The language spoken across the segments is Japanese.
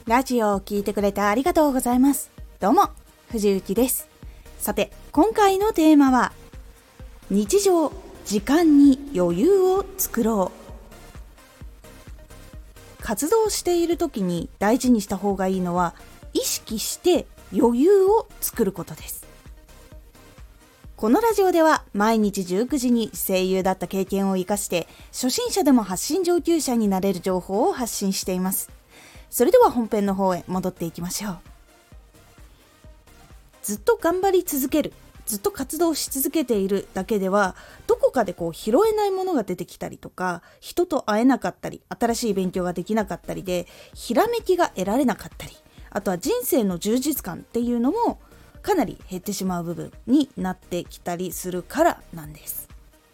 ラジオを聞いてくれてありがとうございます。どうも、藤幸です。さて、今回のテーマは、日常、時間に余裕を作ろう。活動している時に大事にした方がいいのは、意識して余裕を作ることです。このラジオでは毎日19時に声優だった経験を生かして初心者でも発信上級者になれる情報を発信しています。それでは本編の方へ戻っていきましょう。ずっと頑張り続ける、ずっと活動し続けているだけではどこかで拾えないものが出てきたりとか、人と会えなかったり、新しい勉強ができなかったりでひらめきが得られなかったり、あとは人生の充実感っていうのもかなり減ってしまう部分になってきたりするからなんです。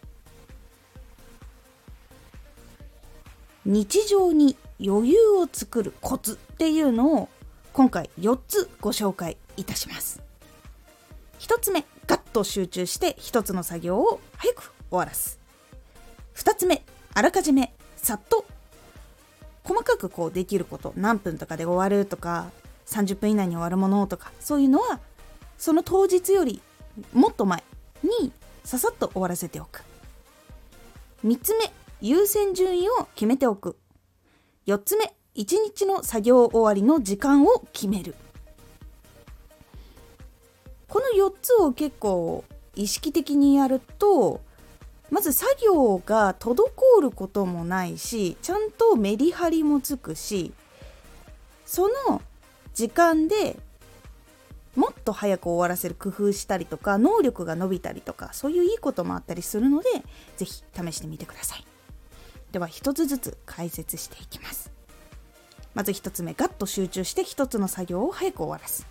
日常に余裕を作るコツっていうのを今回4つご紹介いたします。1つ目、ガッと集中して1つの作業を早く終わらす。2つ目、あらかじめさっと細かくできること、何分とかで終わるとか30分以内に終わるものとか、そういうのはその当日よりもっと前にささっと終わらせておく。3つ目、優先順位を決めておく。4つ目、1日の作業終わりの時間を決める。この4つを結構意識的にやると、まず作業が滞ることもないし、ちゃんとメリハリもつくし、その時間でもっと早く終わらせる工夫したりとか、能力が伸びたりとか、そういういいこともあったりするので、ぜひ試してみてください。では一つずつ解説していきます。まず一つ目、ガッと集中して一つの作業を早く終わらす。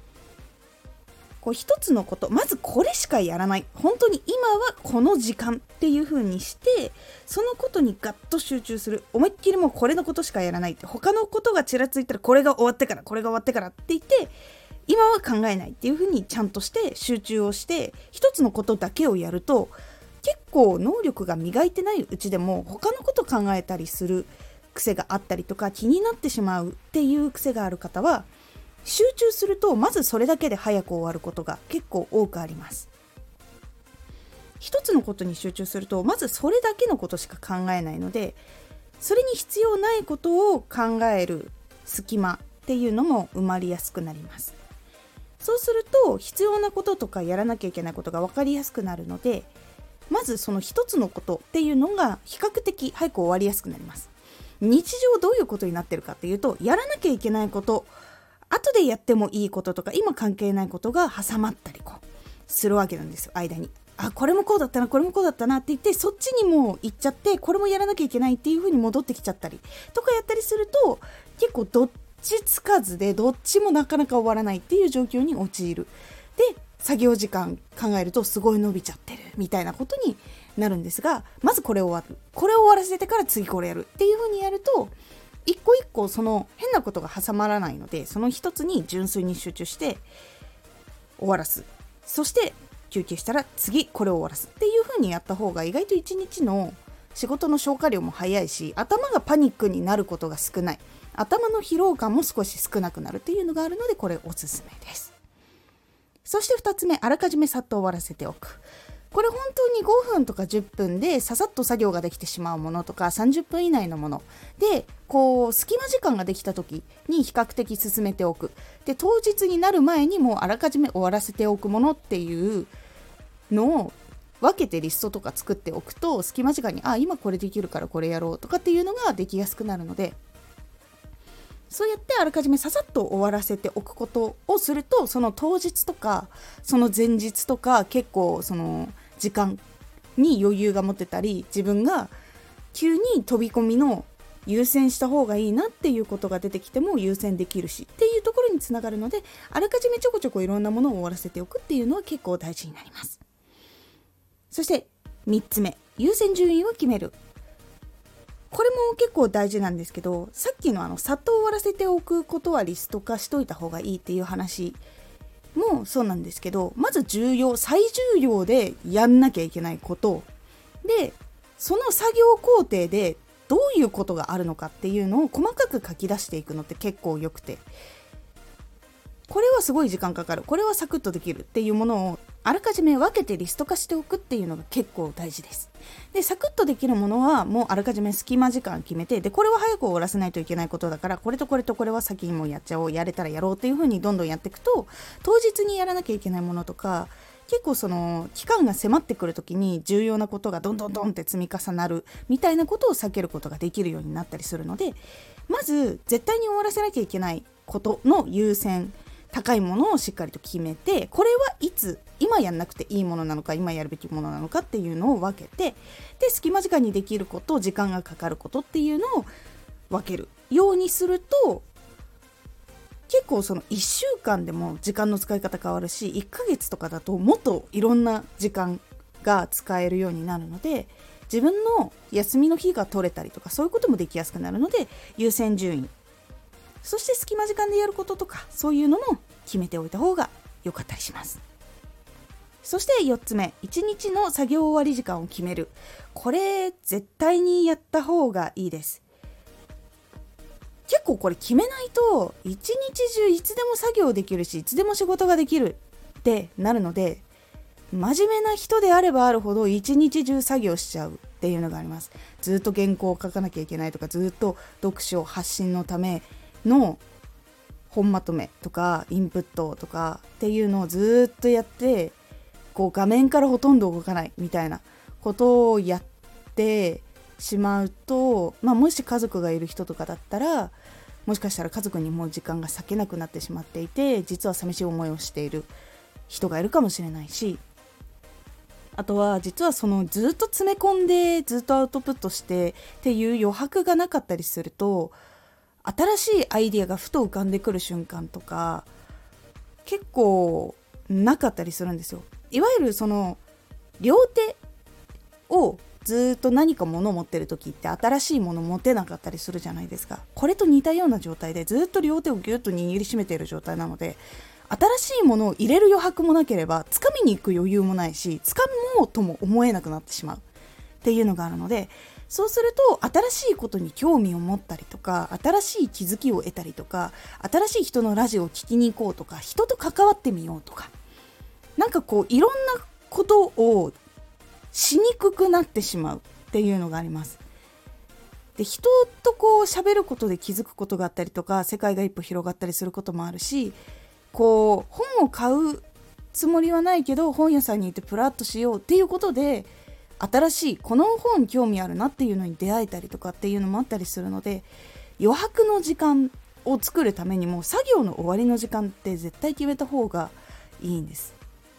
一つのこと、まずこれしかやらない、本当に今はこの時間っていう風にして、そのことにガッと集中する。思いっきりもうこれのことしかやらないって、他のことがちらついたらこれが終わってからって言って、今は考えないっていう風にちゃんとして集中をして一つのことだけをやると、結構能力が磨いてないうちでも他のこと考えたりする癖があったりとか、気になってしまうっていう癖がある方は、集中するとまずそれだけで早く終わることが結構多くあります。一つのことに集中するとまずそれだけのことしか考えないので、それに必要ないことを考える隙間っていうのも生まれやすくなります。そうすると必要なこととかやらなきゃいけないことが分かりやすくなるので、まずその一つのことっていうのが比較的早く終わりやすくなります。日常どういうことになってるかっていうと、やらなきゃいけないこと、後でやってもいいこととか今関係ないことが挟まったりするわけなんですよ。間にこれもこうだったな、これもこうだったなって言って、そっちにも行っちゃって、これもやらなきゃいけないっていう風に戻ってきちゃったりとかやったりすると、結構どっちつかずでどっちもなかなか終わらないっていう状況に陥る。で、作業時間考えるとすごい伸びちゃってるみたいなことになるんですが、まずこれを終わらせてから次これやるっていう風にやると、一個一個その変なことが挟まらないので、その一つに純粋に集中して終わらす。そして休憩したら次これを終わらすっていう風にやった方が、意外と一日の仕事の消化量も早いし、頭がパニックになることが少ない、頭の疲労感も少し少なくなるっていうのがあるので、これおすすめです。そして2つ目、あらかじめさっと終わらせておく。これ本当に5分とか10分でささっと作業ができてしまうものとか、30分以内のもので隙間時間ができた時に比較的進めておく。で、当日になる前にもうあらかじめ終わらせておくものっていうのを分けてリストとか作っておくと、隙間時間に今これできるからこれやろうとかっていうのができやすくなるので、そうやってあらかじめささっと終わらせておくことをすると、その当日とかその前日とか結構その時間に余裕が持ってたり、自分が急に飛び込みの優先した方がいいなっていうことが出てきても優先できるしっていうところにつながるので、あらかじめちょこちょこいろんなものを終わらせておくっていうのは結構大事になります。そして3つ目、優先順位を決める。これも結構大事なんですけど、さっきのさっと終わらせておくことはリスト化しといた方がいいっていう話もそうなんですけど、まず最重要でやんなきゃいけないことで、その作業工程でどういうことがあるのかっていうのを細かく書き出していくのって結構よくて、これはすごい時間かかる、これはサクッとできるっていうものをあらかじめ分けてリスト化しておくっていうのが結構大事です。でサクッとできるものはもうあらかじめ隙間時間決めて、でこれは早く終わらせないといけないことだから、これとこれとこれは先にもやっちゃおう、やれたらやろうっていう風にどんどんやっていくと、当日にやらなきゃいけないものとか、結構その期間が迫ってくる時に重要なことがどんどんどんって積み重なるみたいなことを避けることができるようになったりするので、まず絶対に終わらせなきゃいけないことの優先高いものをしっかりと決めて、これはいつ今やんなくていいものなのか、今やるべきものなのかっていうのを分けて、で隙間時間にできること、時間がかかることっていうのを分けるようにすると、結構その1週間でも時間の使い方変わるし、1ヶ月とかだともっといろんな時間が使えるようになるので、自分の休みの日が取れたりとか、そういうこともできやすくなるので、優先順位、そして隙間時間でやることとか、そういうのも決めておいた方が良かったりします。そして4つ目、1日の作業終わり時間を決める。これ絶対にやった方がいいです。結構これ決めないと一日中いつでも作業できるし、いつでも仕事ができるってなるので、真面目な人であればあるほど一日中作業しちゃうっていうのがあります。ずっと原稿を書かなきゃいけないとか、ずっと読書発信のための本まとめとかインプットとかっていうのをずっとやって、こう画面からほとんど動かないみたいなことをやってしまうと、もし家族がいる人とかだったら、もしかしたら家族にもう時間が割けなくなってしまっていて、実は寂しい思いをしている人がいるかもしれないし、あとは実はそのずっと詰め込んでずっとアウトプットしてっていう余白がなかったりすると、新しいアイディアがふと浮かんでくる瞬間とか結構なかったりするんですよ。いわゆるその両手をずっと何か物を持ってる時って新しいもの持てなかったりするじゃないですか。これと似たような状態でずっと両手をギュッと握りしめている状態なので、新しいものを入れる余白もなければ掴みに行く余裕もないし、掴もうとも思えなくなってしまうっていうのがあるので、そうすると新しいことに興味を持ったりとか、新しい気づきを得たりとか、新しい人のラジオを聞きに行こうとか、人と関わってみようとか、なんかこういろんなことをしにくくなってしまうっていうのがあります。で、人とこう喋ることで気づくことがあったりとか、世界が一歩広がったりすることもあるし、こう本を買うつもりはないけど本屋さんに行ってプラッとしようっていうことで、新しいこの本興味あるなっていうのに出会えたりとかっていうのもあったりするので、余白の時間を作るためにも作業の終わりの時間って絶対決めた方がいいんです。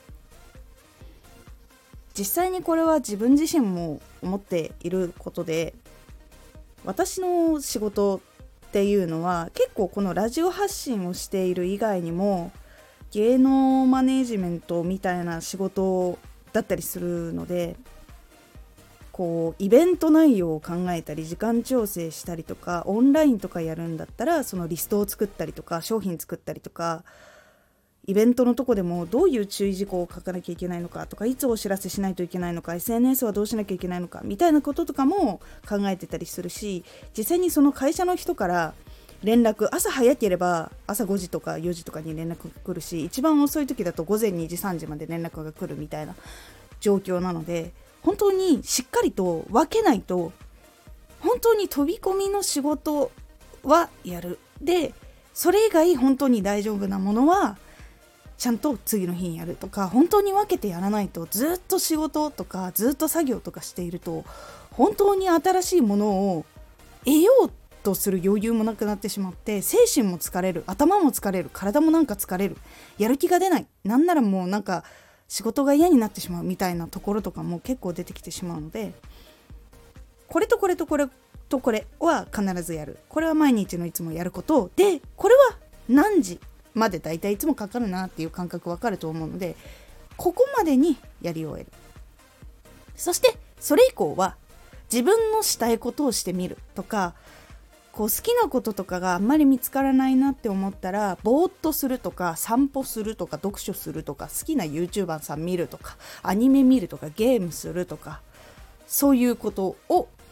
実際にこれは自分自身も思っていることで、私の仕事っていうのは結構このラジオ発信をしている以外にも芸能マネージメントみたいな仕事だったりするので、こうイベント内容を考えたり時間調整したりとか、オンラインとかやるんだったらそのリストを作ったりとか、商品作ったりとか、イベントのとこでもどういう注意事項を書かなきゃいけないのかとか、いつお知らせしないといけないのか、 SNS はどうしなきゃいけないのかみたいなこととかも考えてたりするし、実際にその会社の人から連絡、朝早ければ朝5時とか4時とかに連絡が来るし、一番遅い時だと午前2時3時まで連絡が来るみたいな状況なので、本当にしっかりと分けないと、本当に飛び込みの仕事はやる、でそれ以外本当に大丈夫なものはちゃんと次の日にやるとか、本当に分けてやらないと、ずっと仕事とかずっと作業とかしていると、本当に新しいものを得ようとする余裕もなくなってしまって、精神も疲れる、頭も疲れる、体もなんか疲れる、やる気が出ない、なんならもうなんか仕事が嫌になってしまうみたいなところとかも結構出てきてしまうので、これとこれとこれとこれは必ずやる、これは毎日のいつもやることで、これは何時までだいたいいつもかかるなっていう感覚わかると思うので、ここまでにやり終える。そしてそれ以降は自分のしたいことをしてみるとか、こう好きなこととかがあんまり見つからないなって思ったら、ぼーっとするとか、散歩するとか、読書するとか、好きな YouTuber さん見るとか、アニメ見るとか、ゲームするとか、そういうことを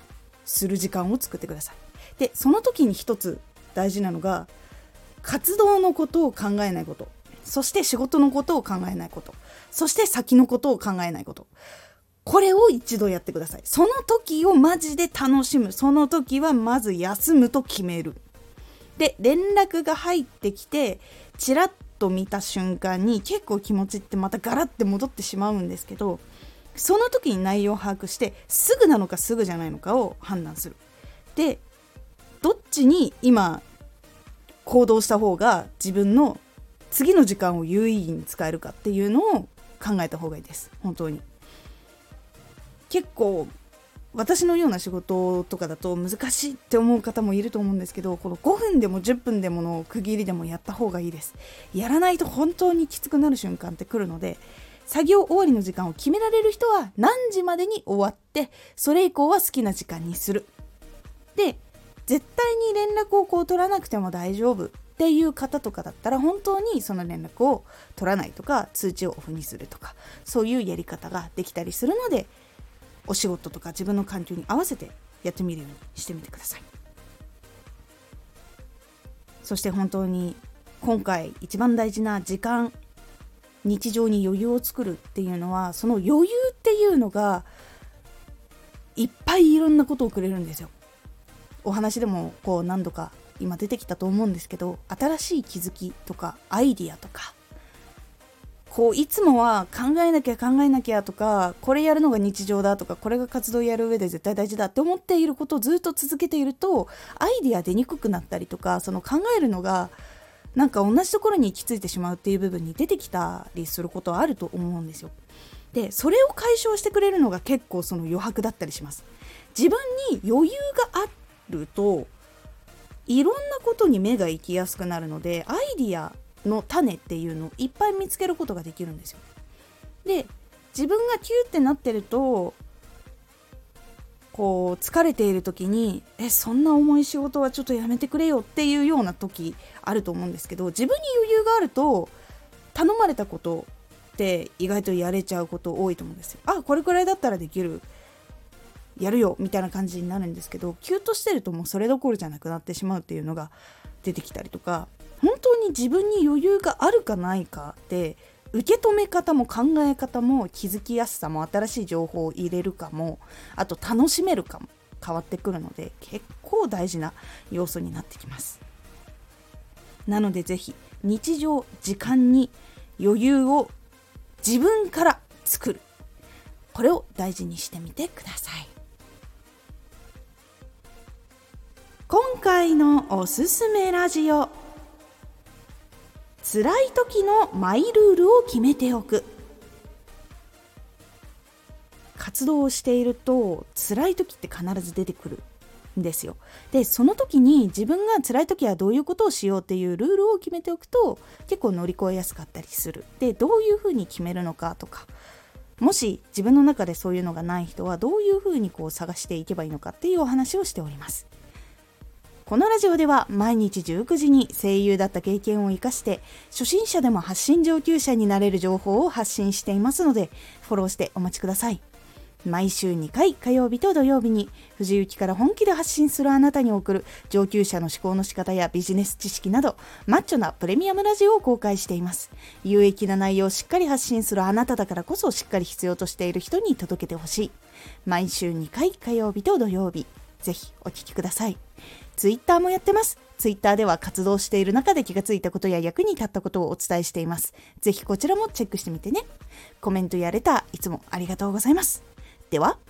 する時間を作ってください。でその時に一つ大事なのが、活動のことを考えないこと、そして仕事のことを考えないこと、そして先のことを考えないこと、これを一度やってください。その時をマジで楽しむ。その時はまず休むと決める。で連絡が入ってきてチラッと見た瞬間に結構気持ちってまたガラッて戻ってしまうんですけど、その時に内容を把握してすぐなのかすぐじゃないのかを判断する。でどっちに今行動した方が自分の次の時間を有意義に使えるかっていうのを考えた方がいいです。本当に結構私のような仕事とかだと難しいって思う方もいると思うんですけど、この5分でも10分でもの区切りでもやった方がいいです。やらないと本当にきつくなる瞬間って来るので、作業終わりの時間を決められる人は何時までに終わって、それ以降は好きな時間にする。で絶対に連絡を取らなくても大丈夫っていう方とかだったら、本当にその連絡を取らないとか通知をオフにするとか、そういうやり方ができたりするので、お仕事とか自分の環境に合わせてやってみるようにしてみてください。そして本当に今回一番大事な時間、日常に余裕を作るっていうのは、その余裕っていうのがいっぱいいろんなことをくれるんですよ。お話でも何度か今出てきたと思うんですけど、新しい気づきとかアイディアとか、いつもは考えなきゃとか、これやるのが日常だとか、これが活動やる上で絶対大事だって思っていることをずっと続けていると、アイディア出にくくなったりとか、その考えるのがなんか同じところに行き着いてしまうっていう部分に出てきたりすることはあると思うんですよ。でそれを解消してくれるのが結構その余白だったりします。自分に余裕があるといろんなことに目が行きやすくなるので、アイディアの種っていうのをいっぱい見つけることができるんですよ。で自分がキューってなってると、疲れている時にそんな重い仕事はちょっとやめてくれよっていうような時あると思うんですけど、自分に余裕があると頼まれたことって意外とやれちゃうこと多いと思うんですよ。これくらいだったらできる、やるよみたいな感じになるんですけど、キューッとしてるともうそれどころじゃなくなってしまうっていうのが出てきたりとか、本当に自分に余裕があるかないかで受け止め方も考え方も気づきやすさも新しい情報を入れるかも、あと楽しめるかも変わってくるので、結構大事な要素になってきます。なのでぜひ日常時間に余裕を自分から作る、これを大事にしてみてください。今回のおすすめラジオ、辛い時のマイルールを決めておく。活動をしていると辛い時って必ず出てくるんですよ。でその時に自分が辛い時はどういうことをしようっていうルールを決めておくと結構乗り越えやすかったりする。でどういうふうに決めるのかとか、もし自分の中でそういうのがない人はどういうふうに探していけばいいのかっていうお話をしております。このラジオでは毎日19時に声優だった経験を生かして初心者でも発信上級者になれる情報を発信していますので、フォローしてお待ちください。毎週2回火曜日と土曜日に藤雪から本気で発信するあなたに送る上級者の思考の仕方やビジネス知識などマッチョなプレミアムラジオを公開しています。有益な内容をしっかり発信するあなただからこそしっかり必要としている人に届けてほしい。毎週2回火曜日と土曜日、ぜひお聞きください。ツイッターもやってます。ツイッターでは活動している中で気がついたことや役に立ったことをお伝えしています。ぜひこちらもチェックしてみてね。コメントやレターいつもありがとうございます。では。